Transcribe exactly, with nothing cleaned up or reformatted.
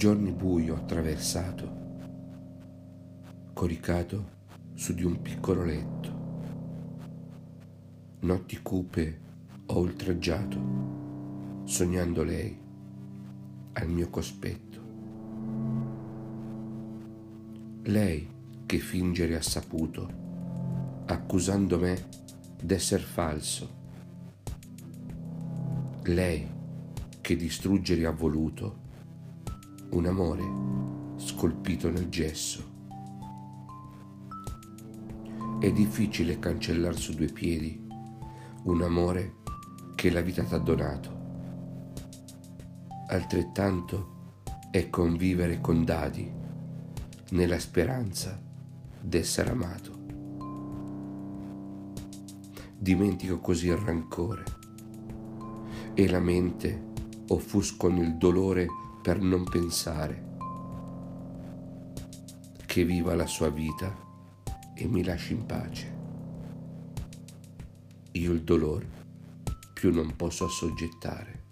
Giorni bui ho attraversato, coricato su di un piccolo letto. Notti cupe ho oltraggiato, sognando lei al mio cospetto. Lei che fingere ha saputo, accusando me d'esser falso. Lei che distruggere ha voluto un amore scolpito nel gesso. È difficile cancellar su due piedi un amore che la vita t'ha donato. Altrettanto è convivere con dadi nella speranza d'essere amato. Dimentico così il rancore e la mente offusco nel dolore per non pensare che viva la sua vita e mi lasci in pace. Io il dolore più non posso assoggettare.